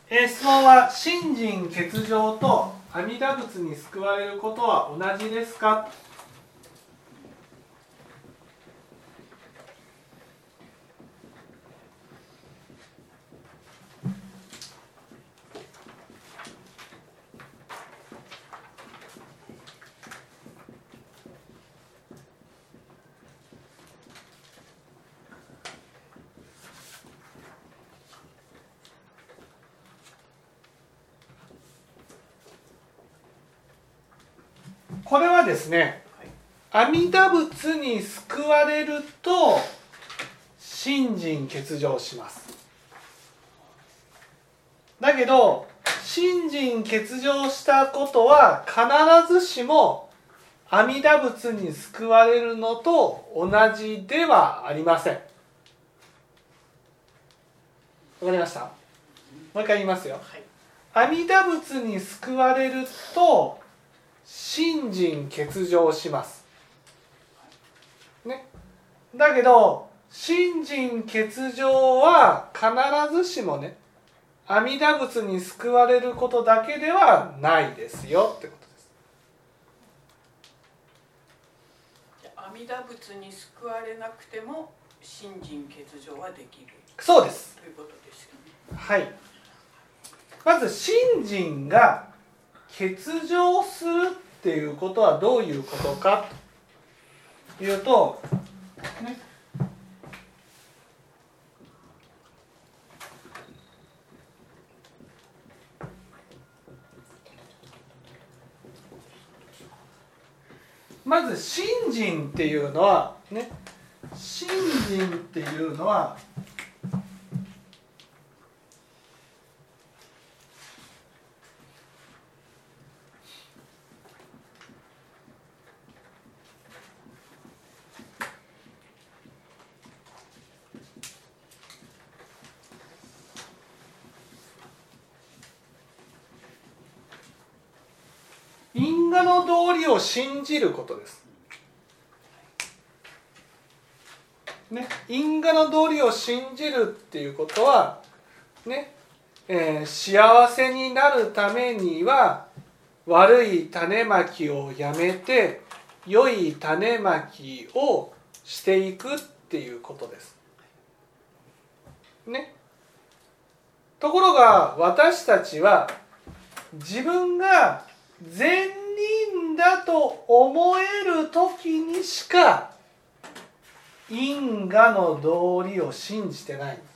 質問は信心欠如と阿弥陀仏に救われることは同じですか？これはですね、阿弥陀仏に救われると信心欠如します。だけど信心欠如したことは必ずしも阿弥陀仏に救われるのと同じではありません。わかりました？もう一回言いますよ。阿弥陀仏に救われると信心欠如します、ね、だけど信心欠如は必ずしもね阿弥陀仏に救われることだけではないですよってことです。 阿弥陀仏に救われなくても信心欠如はできる。 そうですということですよね。 はい。まず信心が欠如するっていうことはどういうことかというと、ね、まず信心っていうのはね、信心っていうのは因果の道理を信じることです。ね、因果の道理を信じるっていうことは、ね幸せになるためには悪い種まきをやめて良い種まきをしていくっていうことです。ね、ところが私たちは自分が善人だと思える時にしか因果の道理を信じてないんです、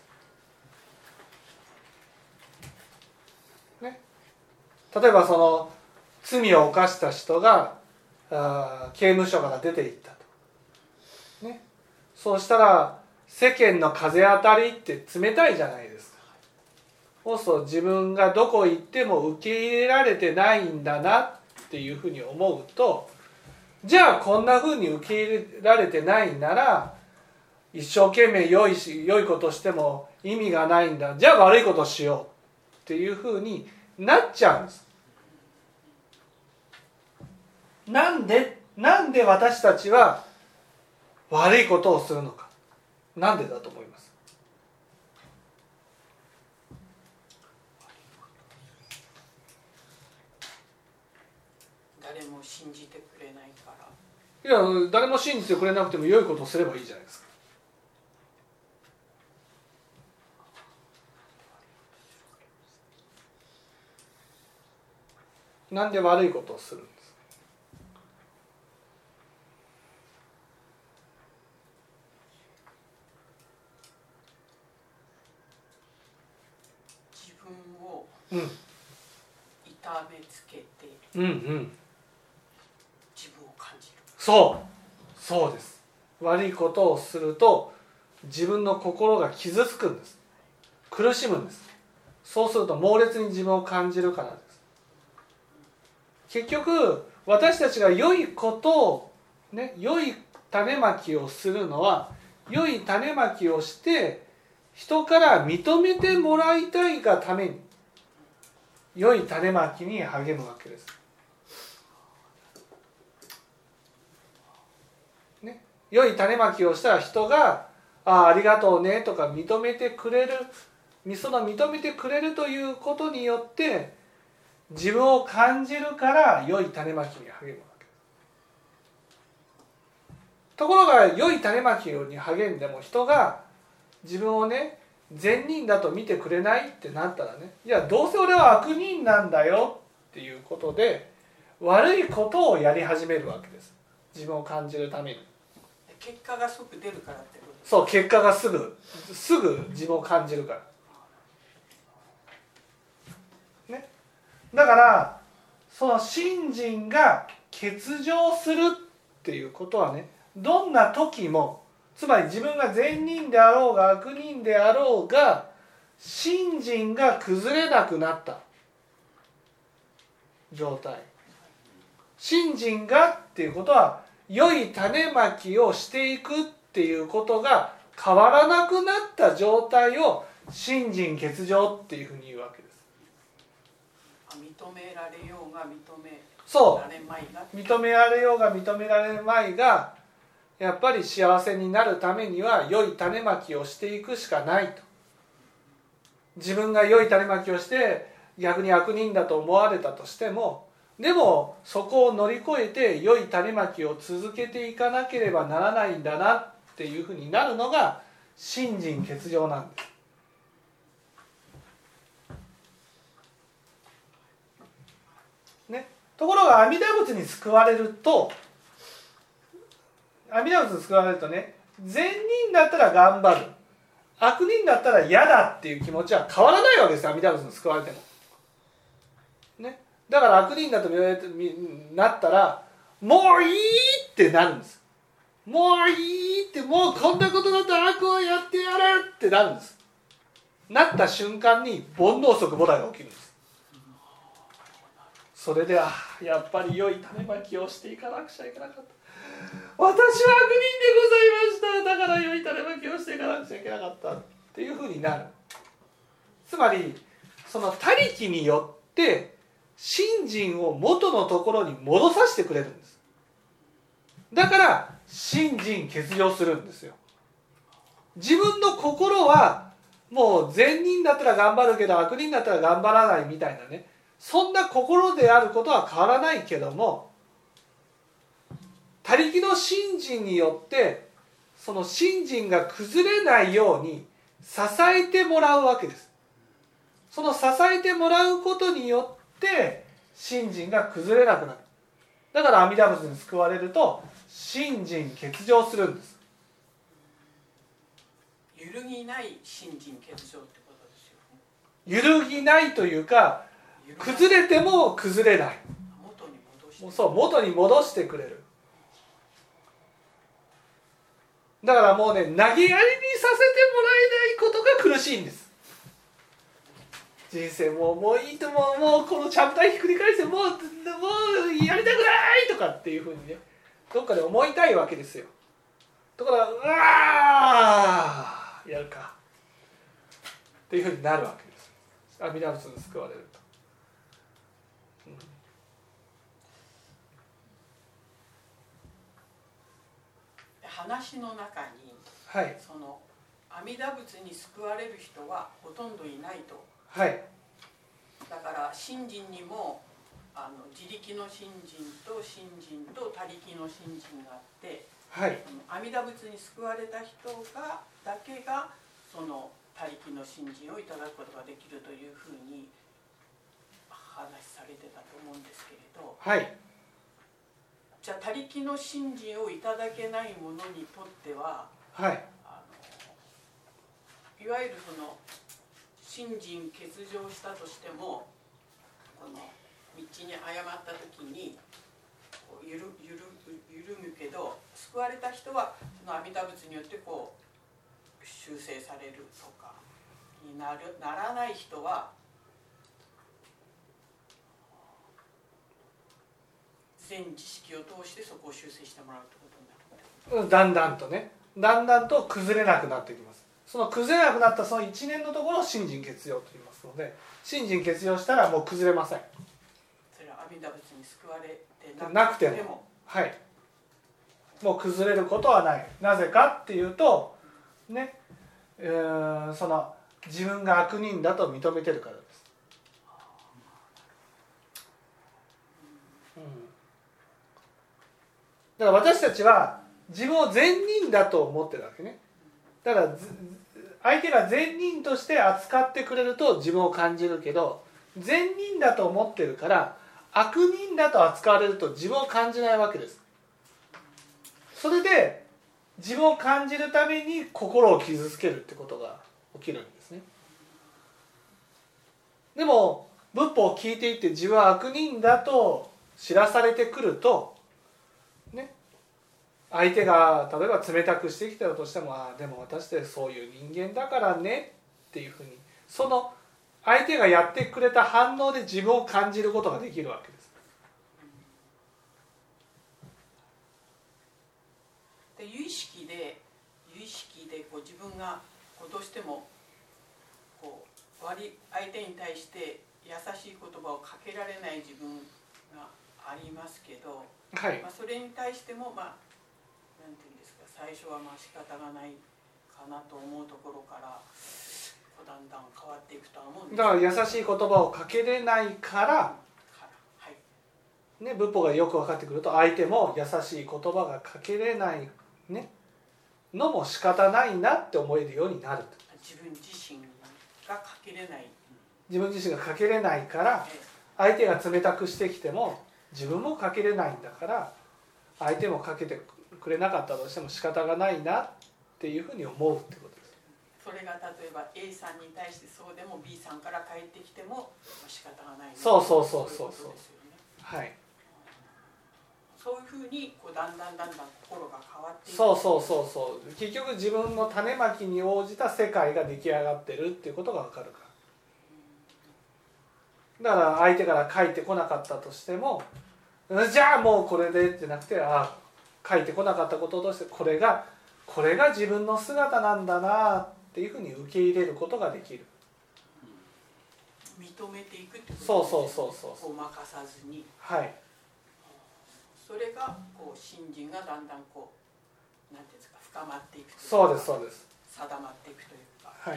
ね、例えばその罪を犯した人が刑務所から出て行ったと、ね、そうしたら世間の風当たりって冷たいじゃないですか。そうすると自分がどこ行っても受け入れられてないんだなっていうふうに思うと、じゃあこんなふうに受け入れられてないなら一生懸命良いことしても意味がないんだ、じゃあ悪いことしようっていうふうになっちゃうんです。なんで私たちは悪いことをするのか。なんでだと思います？ 誰も信じてくれないから。 いや、誰も信じてくれなくても良いことをすればいいじゃないですか。なんで悪いことをするんです？ 自分を痛めつけて、自分を感じる。 そうです。悪いことをすると自分の心が傷つくんです。苦しむんです。そうすると猛烈に自分を感じるからです。結局私たちが良いことをね、良い種まきをするのは良い種まきをして人から認めてもらいたいがために良い種まきに励むわけです、ね、良い種まきをしたら人がありがとうねとか認めてくれるその認めてくれるということによって自分を感じるから良い種まきに励むわけです。ところが良い種まきに励んでも人が自分をね善人だと見てくれないってなったらね、いやどうせ俺は悪人なんだよっていうことで悪いことをやり始めるわけです。自分を感じるために。 結果が即出るからってことです。 そう、結果がすぐ自分を感じるから、ね、だからその信心が欠如するっていうことはね、どんな時も、つまり自分が善人であろうが悪人であろうが信心が崩れなくなった状態、信心がっていうことは良い種まきをしていくっていうことが変わらなくなった状態を信心欠如っていうふうに言うわけです。 認められようが認めそうられまいが、 認められようが認められまいがやっぱり幸せになるためには良い種まきをしていくしかないと。自分が良い種まきをして逆に悪人だと思われたとしても、でもそこを乗り越えて良い種まきを続けていかなければならないんだなっていうふうになるのが信心欠如なんです。ね、ところが阿弥陀仏に救われるとね、善人だったら頑張る、悪人だったら嫌だっていう気持ちは変わらないわけですよ。阿弥陀仏に救われても、ね、だから悪人だとなったらもういいってなるんです。もういいって、もうこんなことだったら悪をやってやるってなるんです。なった瞬間に煩悩即菩提が起きるんです。それでやっぱり良い種まきをしていかなくちゃいけなかった、私は悪人でございました、だから良い種まきをしていかなくちゃいけなかったっていうふうになる。つまりその他力によって信心を元のところに戻させてくれるんです。だから信心欠如するんですよ。自分の心はもう善人だったら頑張るけど悪人だったら頑張らないみたいなね、そんな心であることは変わらないけども、他力の信心によってその信心が崩れないように支えてもらうわけです。その支えてもらうことによって信心が崩れなくなる。だから阿弥陀仏に救われると信心欠如するんです。 揺るぎない信心欠如ってことですよね。 揺るぎないというか、崩れても崩れない、 元に戻して、 そう、元に戻してくれる。だからもうね、投げやりにさせてもらえないことが苦しいんです。人生もういいともうこのチャプターひっくり返してもうやりたくないとかっていうふうにね、どっかで思いたいわけですよ。ところがうわーやるかっていうふうになるわけです。阿弥陀仏に救われると、 話の中に、 はい、 その阿弥陀仏に救われる人はほとんどいないと。 はい、 だから信心にも自力の信心と信心と他力の信心があって、 はい、 阿弥陀仏に救われた人だけがその他力の信心をいただくことができるというふうに話されてたと思うんですけれど、 はい、 じゃあ他力の信心をいただけない者にとっては、 はい、 いわゆるその信心欠如したとしても、この道に誤った時に緩むけど、救われた人はその阿弥陀仏によってこう修正されるとかにならない人は全知識を通してそこを修正してもらうってことになる。 だんだんとね、だんだんと崩れなくなってきます。その崩れなくなったその一年のところを信心欠如と言いますので、信心欠如したらもう崩れません。 それは阿弥陀仏に救われてなくても、はい、もう崩れることはない。なぜかっていうとね、その自分が悪人だと認めてるからです、だから私たちは自分を善人だと思ってるわけね。だから相手が善人として扱ってくれると自分を感じるけど、善人だと思ってるから悪人だと扱われると自分を感じないわけです。それで自分を感じるために心を傷つけるってことが起きるんですね。でも仏法を聞いていて自分は悪人だと知らされてくるとね、相手が例えば冷たくしてきたとしても、でも私ってそういう人間だからねっていうふうに、その相手がやってくれた反応で自分を感じることができるわけです。 で有意識でこう自分がこうどうしてもこう相手に対して優しい言葉をかけられない自分がありますけど、 はい、 それに対してもなんていうんですか、最初は仕方がないかなと思うところからだんだん変わっていくとは思うんです。 だから優しい言葉をかけれないから、ね、仏法がよく分かってくると相手も優しい言葉がかけれない、ね、のも仕方ないなって思えるようになる。 自分自身がかけれない、 自分自身がかけれないから相手が冷たくしてきても自分もかけれないんだから相手もかけてくれなかったとしても仕方がないなっていうふうに思うってことです。 それが例えば A さんに対してそうでも B さんから返ってきても仕方がない。 そうはい。 そういうふうにこうだんだん心が変わっていく。 そう結局自分の種まきに応じた世界が出来上がってるっていうことが分かるから。だから相手から書いてこなかったとしても、じゃあもうこれでじゃなくて、書いてこなかったこととしてこれが自分の姿なんだなっていうふうに受け入れることができる。 認めていくってことですね。 そうごまかさずに。 はい。 それがこう信心がだんだんこうなんていうんですか、深まっていくというか。 そうです。 定まっていくというか。 はい。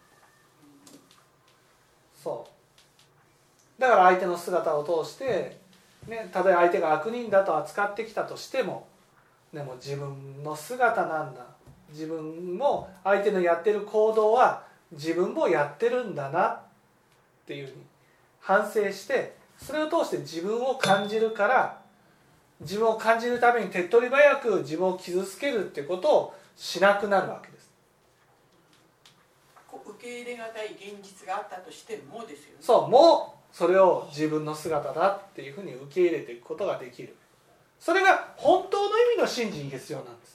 だから相手の姿を通して、ね、たとえ相手が悪人だと扱ってきたとしても、でも自分の姿なんだ、自分も相手のやってる行動は自分もやってるんだなっていうふうに反省して、それを通して自分を感じるから、自分を感じるために手っ取り早く自分を傷つけるってことをしなくなるわけです。 受け入れがたい現実があったとしてもですよね。 もうそれを自分の姿だっていうふうに受け入れていくことができる。それが本当の意味の信心必要なんです。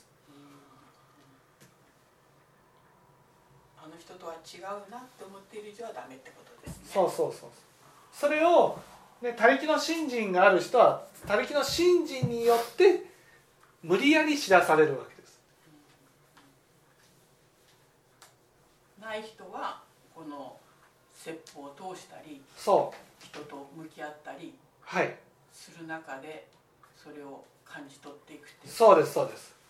あの人とは違うなって思っている以上はダメってことですね。 それを他力の信心がある人は他力の信心によって無理やり知らされるわけです。 ない人はこの説法を通したり、人と向き合ったりする中でそれを感じ取っていくっていう。 そうです。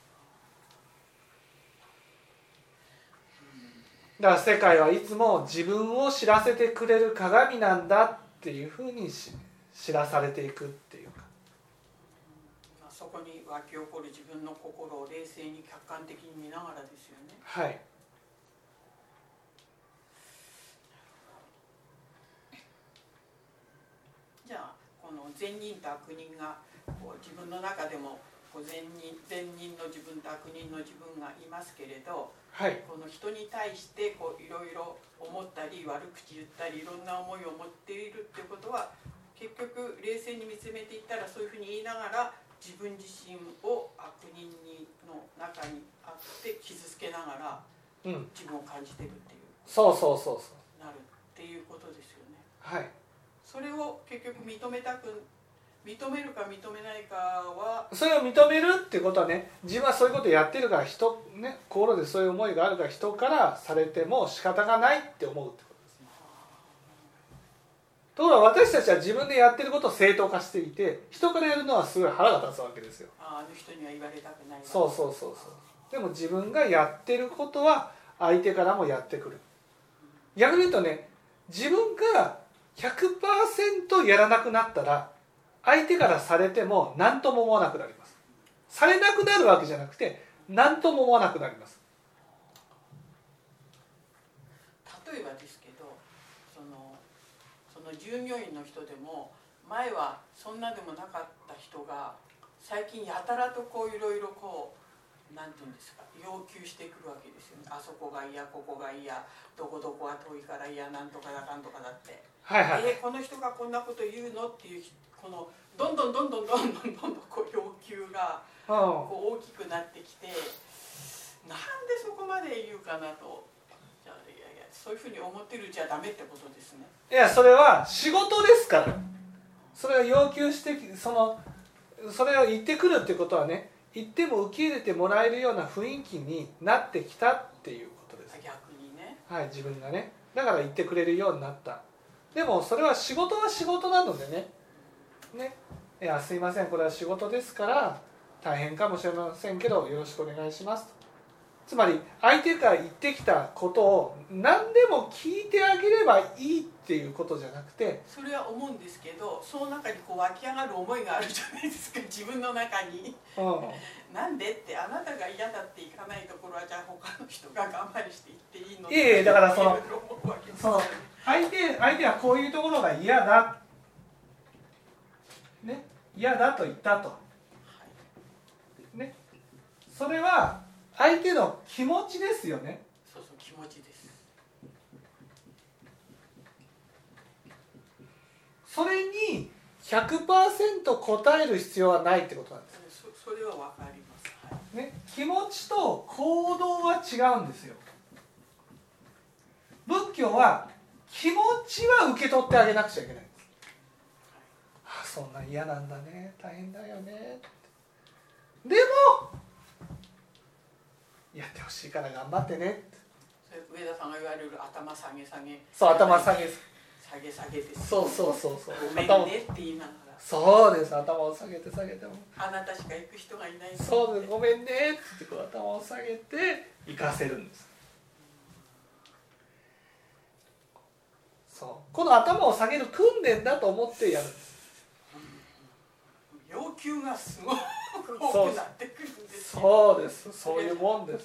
だから世界はいつも自分を知らせてくれる鏡なんだっていうふうに知らされていくっていうか、 そこに湧き起こる自分の心を冷静に客観的に見ながらですよね。 はい。 じゃあこの善人と悪人がこう自分の中でもこう善人の自分と悪人の自分がいますけれど、この人に対してこういろいろ思ったり悪口言ったりいろんな思いを持っているっていうことは、結局冷静に見つめていったらそういうふうに言いながら自分自身を悪人の中にあって傷つけながら自分を感じてるっていう、なるっていうことですよね。 はい。 それを結局認めるか認めないかは、 それを認めるっていうことはね、自分はそういうことをやってるから心でそういう思いがあるから人からされても仕方がないって思うってことです。ところが私たちは自分でやってることを正当化していて、人からやるのはすごい腹が立つわけですよ。 あの人には言われたくない。 でも自分がやってることは相手からもやってくる。 逆に言うとね、自分が 100% やらなくなったら相手からされても何とも思わなくなります。されなくなるわけじゃなくて何とも思わなくなります。 例えばですけど、その従業員の人でも前はそんなでもなかった人が最近やたらとこういろいろこうなんていうんですか、要求してくるわけですよね。あそこが嫌、ここが嫌、どこどこは遠いから嫌、なんとかだかんとかだって、 はいはい、 この人がこんなこと言うのっていう、このどんどんこう要求がこう大きくなってきて、なんでそこまで言うかなと。じゃあいやいや、そういうふうに思ってるじゃダメってことですね。 いや、それは仕事ですから。それを要求してそれを言ってくるってことはね、言っても受け入れてもらえるような雰囲気になってきたっていうことです。 逆にね。 はい、自分がね、だから言ってくれるようになった。でもそれは仕事は仕事なのでね、いやすいません、これは仕事ですから大変かもしれませんけどよろしくお願いしますと。つまり相手から言ってきたことを何でも聞いてあげればいいっていうことじゃなくて、 それは思うんですけど、その中にこう湧き上がる思いがあるじゃないですか、自分の中に。なんでって、あなたが嫌だっていかないところはじゃあ他の人が我慢して言っていいのって。 いえいえ、だからその相手はこういうところが嫌だ、ね、嫌だと言ったと、ね、それは相手の気持ちですよね。 そうそう、気持ちです。 それに 100% 答える必要はないってことなんです。 それは分かります、はい、 ね、気持ちと行動は違うんですよ。仏教は気持ちは受け取ってあげなくちゃいけないんです。あ、そんな嫌なんだね、大変だよね、でもやってほしいから頑張ってね。 それ上田さんが言われる頭下げ下げ。 そう、頭下げ下げ下げです。 そう。 ごめんねって言いながら。 そうです、頭を下げて下げても。 あなたしか行く人がいない。 そうです、ごめんねってこう頭を下げて行かせるんです。そう、この頭を下げる訓練だと思ってやるんです。 要求がすごく多くなってくるんですよ。 そうです、そういうもんです。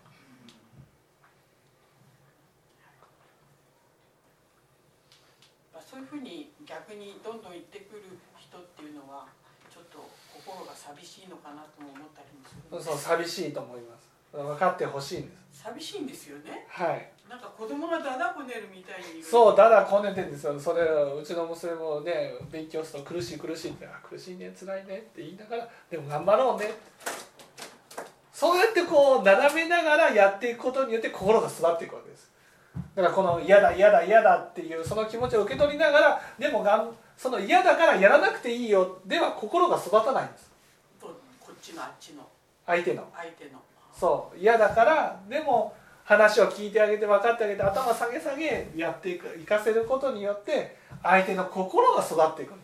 そういうふうに逆にどんどん言ってくる人っていうのはちょっと心が寂しいのかなとも思ったりもする。 そう、寂しいと思います。分かってほしいんです。 寂しいんですよね。 はい。 なんか子供がだだこねるみたいに。 そう、だだこねてんですよ。それうちの娘もね、勉強すると苦しいって、苦しいね、辛いねって言いながら、でも頑張ろうね。そうやってこう斜めながらやっていくことによって心が育っていくわけです。だからこの嫌だっていうその気持ちを受け取りながら、でもその嫌だからやらなくていいよでは心が育たないんです。 こっちのあっちの相手の。そう、嫌だからでも話を聞いてあげて分かってあげて頭下げやっていかせることによって相手の心が育っていくんです。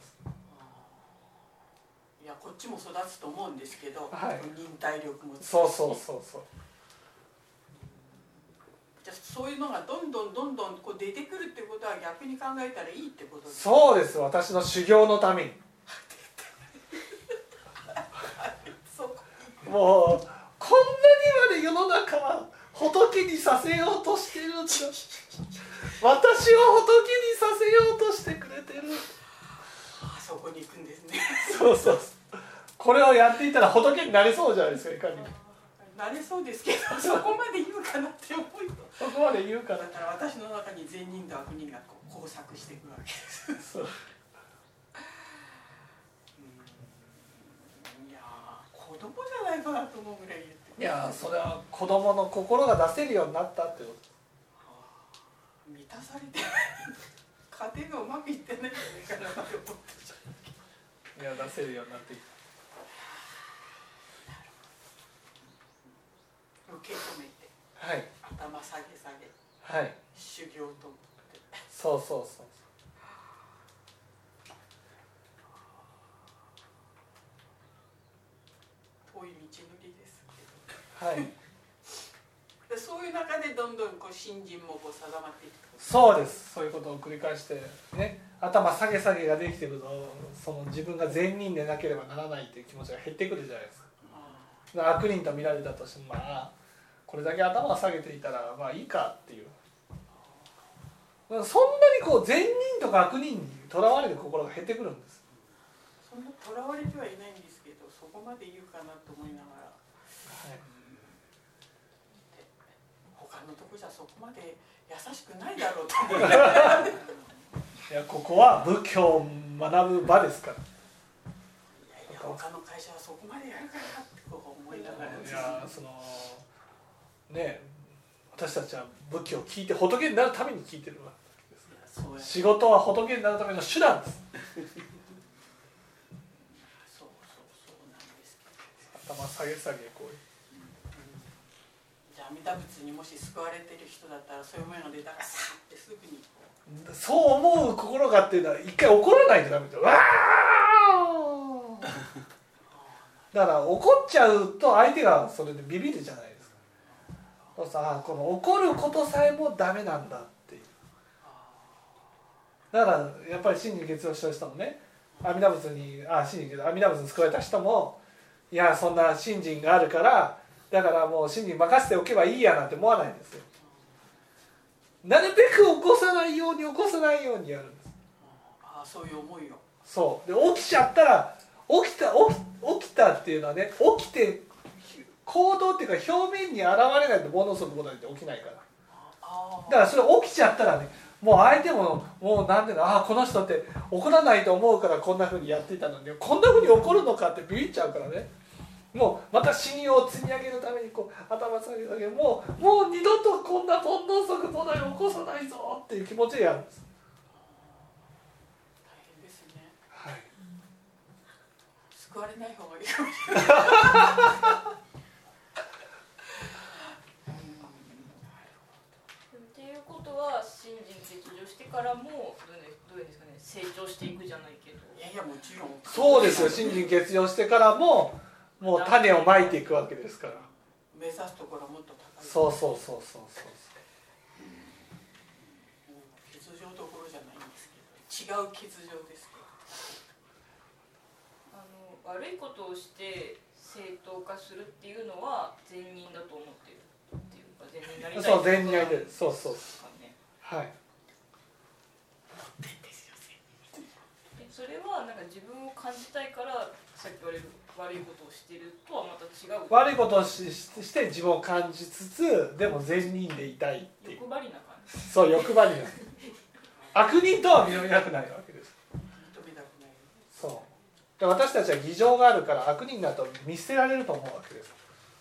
いや、こっちも育つと思うんですけど、 はい、 忍耐力もつくし。 そうじゃあそういうのがどんどんこう出てくるってことは逆に考えたらいいってことですか。 そうです、私の修行のためにもうこんなにまで世の中は仏にさせようとしてるんだ、私を仏にさせようとしてくれてる。 あそこに行くんですね。 そうこれをやっていたら仏になれそうじゃないですか。いかになれそうですけど、そこまで言うかなって思うと。 そこまで言うかな。 だから私の中に善人と悪人がこう交錯していくわけです。 そういや子供じゃないかなと思うぐらい言って。 いやそれは子供の心が出せるようになったってことです。 満たされて家庭がうまくいってないんじゃないかなと思って。 いや出せるようになってきた。 受け止めて、 はい、 頭下げ、 はい、 修行と思って。 そう遠い道のりですけど、 はい、 そういう中でどんどんこう信心もこう定まっていく。 そうです。そういうことを繰り返してね、頭下げ下げができてると、その自分が善人でなければならないという気持ちが減ってくるじゃないですか。悪人と見られたとしても、まあこれだけ頭を下げていたらまあいいかっていう。そんなにこう善人とか悪人にとらわれる心が減ってくるんです。 そんなとらわれてはいないんですけど、そこまで言うかなと思いながら、 はい、 他のとこじゃそこまで優しくないだろうと思いいや、ここは仏教を学ぶ場ですから。 いや他の会社はそこまでやるかなってこう思いながら、 いや、そのね、私たちは仏教を聞いて仏になるために聞いてるわけです。仕事は仏になるための手段です。 そうなんですけど、頭下げ下げこう。 じゃあ阿弥陀仏にもし救われてる人だったら、そういうものが出たらさってすぐにそう思う心がっていうのは一回怒らないとダメですよ。わーだから怒っちゃうと相手がそれでビビるじゃないですか。そうさ、この怒ることさえもダメなんだっていう。だからやっぱり信心欠如した人もね、阿弥陀仏に救われた人も、いやそんな信心があるからだからもう信心任せておけばいいやなんて思わないんですよ。なるべく起こさないようにやるんです。 そういう思いを。 そうで、起きちゃったら起きたっていうのはね、起きて行動っていうか表面に現れないとものすごくことなんて起きないから。だからそれ起きちゃったらね、もう相手ももうなんていうの、この人って怒らないと思うからこんな風にやっていたのに、こんな風に怒るのかってビビっちゃうからね。もうまた信用を積み上げるためにこう頭下げ下げ、もう二度とこんな煩悩即土台を起こさないぞっていう気持ちでやるんです。 大変ですね。 はい。 救われない方がいいかもしれない。 っていうことは信心欠如してからもどういうんですかね、成長していくじゃないけど。 いやもちろん。 そうですよ。信心欠如してからもう種をまいていくわけですから。 目指すところはもっと高い。 そう。 欠如どころじゃないんですけど、違う欠如ですけど。 悪いことをして正当化するっていうのは善人だと思っているっていうか、善人になりたい。 そう善人になりたい。そう。はい。 それはなんか自分を感じたいからさっき言われる悪いことをしているとはまた違う。 悪いことをして自分を感じつつ、でも善人でいたいっていう。 欲張りな感じ。 そう、欲張りな。悪人とは認めたくないわけです。 認めたくない。 そう。で、私たちは偽情があるから悪人だと見捨てられると思うわけです。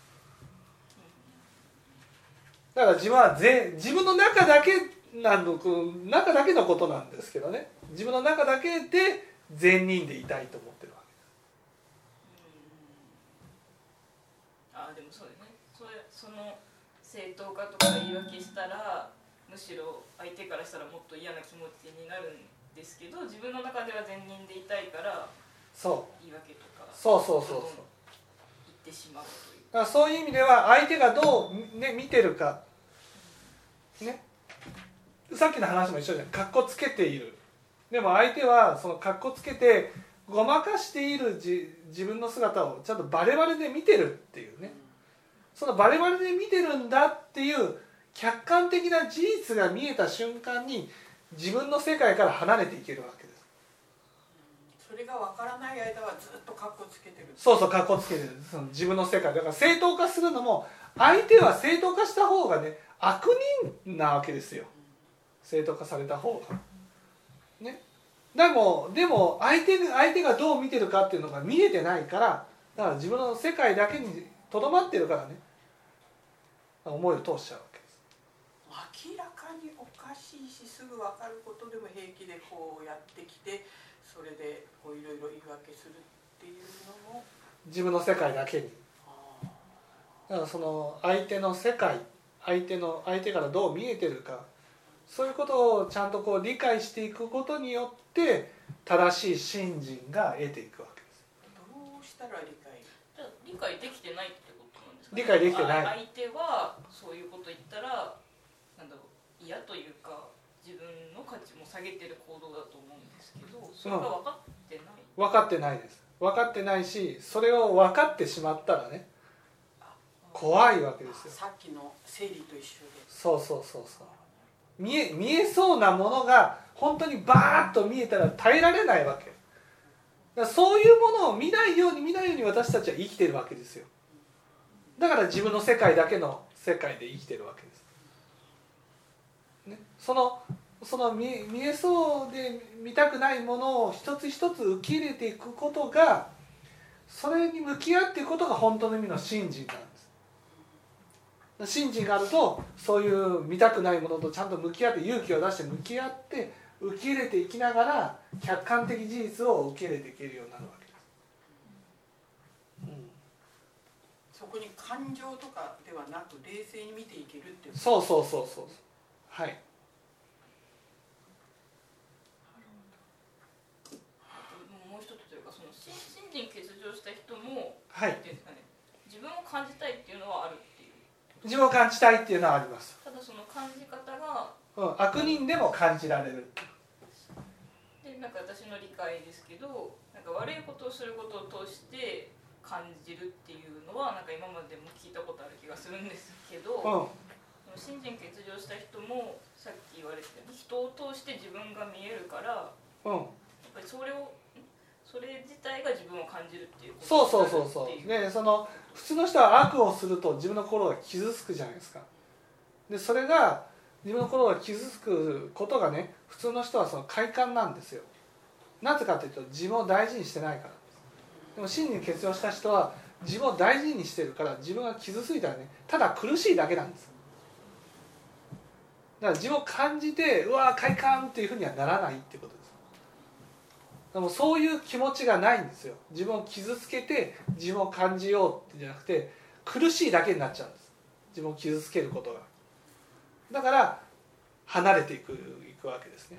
だから自分は自分の中だけのことなんですけどね、自分の中だけで善人でいたいと思ってるわけです。でもそうですね。その正当化とか言い訳したらむしろ相手からしたらもっと嫌な気持ちになるんですけど、自分の中では善人でいたいから言い訳とかそう言ってしまうという。 だからそういう意味では相手がどう、ね、見てるか、ね、さっきの話も一緒じゃん。かっこつけている。でも相手はそのかっこつけてごまかしている自分の姿をちゃんとバレバレで見てるっていうね。そのバレバレで見てるんだっていう客観的な事実が見えた瞬間に自分の世界から離れていけるわけです。 それが分からない間はずっとカッコつけてる。 そう、カッコつけてる。その自分の世界だから正当化するのも、相手は正当化した方がね、悪人なわけですよ。正当化された方がね。でも相手がどう見てるかっていうのが見えてないから、だから自分の世界だけにとどまってるからね、思いを通しちゃうわけです。 明らかにおかしいし、すぐ分かることでも平気でこうやってきて、それでこういろいろ言い訳するっていうのも自分の世界だけに。だからその相手の世界、相手からどう見えてるか、そういうことをちゃんとこう理解していくことによって正しい信心が得ていくわけです。 どうしたら理解できてないってことなんです理解できてない。 相手はそういうこと言ったらなんだろう、嫌というか自分の価値も下げてる行動だと思うんですけど、それが分かってない、 分かってないです。分かってないし、それを分かってしまったらね、怖いわけですよ。 さっきの生理と一緒で、 そうそうそうそう。見えそうなものが本当にバーッと見えたら耐えられないわけ。だからそういうものを見ないように私たちは生きてるわけですよ。だから自分の世界だけの世界で生きてるわけです、ね、その見えそうで見たくないものを一つ一つ受け入れていくことが、それに向き合っていくことが本当の意味の信心なんです。信心があると、そういう見たくないものとちゃんと向き合って、勇気を出して向き合って受け入れていきながら、客観的事実を受け入れていけるようになるわけです、 そこに感情とかではなく冷静に見ていけるっていう。 そうそうそうそう、はい。 もう一つというか、その信心欠如した人も、 はい、 なんていうんですかね、自分を感じたいっていうのはあるっていう。 自分を感じたいっていうのはあります。 ただその感じ方が、 悪人でも感じられる。 で、なんか私の理解ですけど、なんか悪いことをすることを通して感じるっていうのはなんか今までも聞いたことある気がするんですけど、信心欠如した人もさっき言われてたように、人を通して自分が見えるから、やっぱりそれ自体が自分を感じるっていうことそうで、その普通の人は悪をすると自分の心が傷つくじゃないですか。でそれが自分の心が傷つくことがね、普通の人はその快感なんですよ。なぜかというと、自分を大事にしてないから。でも信心欠如した人は自分を大事にしてるから、自分が傷ついたらね、ただ苦しいだけなんです。だから自分を感じて、うわ快感っていうふうにはならないってことです。でもそういう気持ちがないんですよ。自分を傷つけて自分を感じようってじゃなくて、苦しいだけになっちゃうんです、自分を傷つけることが。だから離れていくわけですね。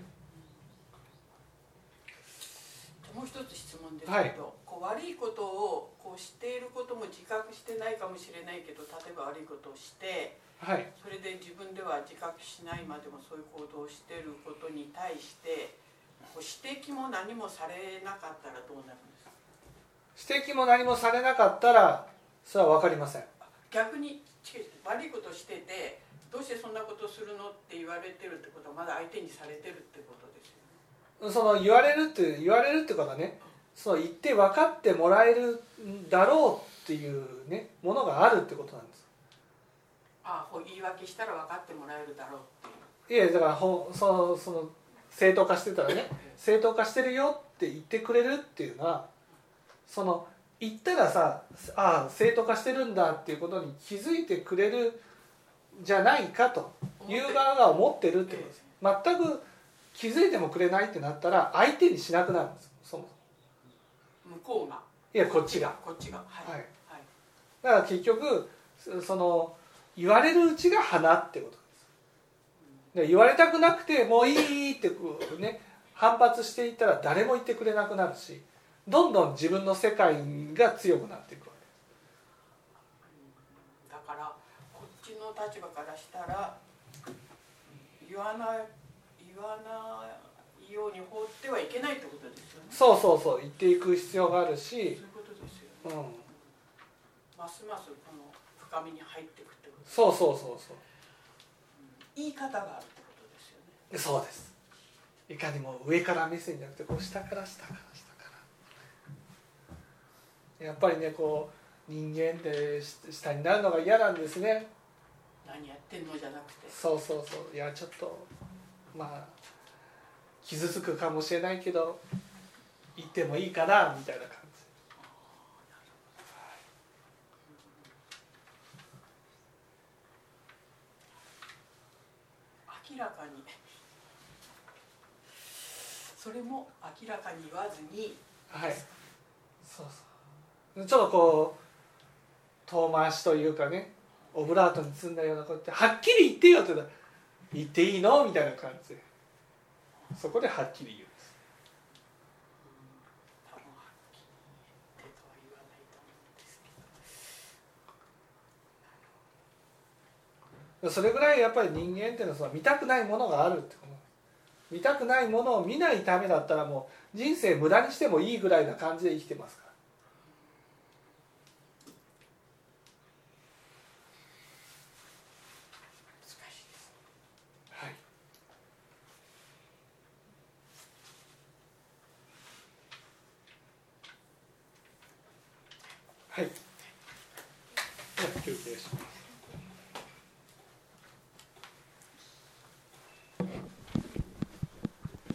もう一つ質問ですけど、悪いことをしていることも自覚してないかもしれないけど、例えば悪いことをして、それで自分では自覚しないまでもそういう行動をしていることに対して指摘も何もされなかったらどうなるんですか？ 指摘も何もされなかったら、それは分かりません。 逆に悪いことをしてて、どうしてそんなことするのって言われてるってことは、まだ相手にされてるってことですよね。 その言われるってことはね、その言って分かってもらえるだろうっていうね、ものがあるってことなんです。 言い訳したら分かってもらえるだろうっていう。 いや、だからその正当化してたらね、正当化してるよって言ってくれるっていうのは、その言ったらさ、正当化してるんだっていうことに気づいてくれるじゃないかという側が思ってるってことです。全く気づいてもくれないってなったら相手にしなくなるんです。そもそも向こうが、 いやこっちが、だから結局その言われるうちが花ってことです。で言われたくなくてもういいってね、反発していったら誰も言ってくれなくなるし、どんどん自分の世界が強くなっていくわけだから、こっちの立場からしたら言わないように放ってはいけないってことですよね。 そう言っていく必要があるし、そういうことですよね。ますますこの深みに入っていくってことです。 そう言い方があるってことですよね。 そうです。いかにも上から目線じゃなくて、下からやっぱりね、人間って下になるのが嫌なんですね。 何やってんのじゃなくて、 いやちょっと傷つくかもしれないけど言ってもいいかなみたいな感じ。 明らかにそれも明らかに言わずに、 ちょっと遠回しというかね、オブラートに包んだようなことって、はっきり言ってよって言っていいのみたいな感じで、そこではっきり言うんです。 多分はっきり言ってとは言わないと思うんですけど、 それぐらいやっぱり人間っていうのはその見たくないものがあるってこと。見たくないものを見ないためだったらもう人生無駄にしてもいいぐらいな感じで生きてますから。 難しいです。 はい。はい。じゃあ休憩します。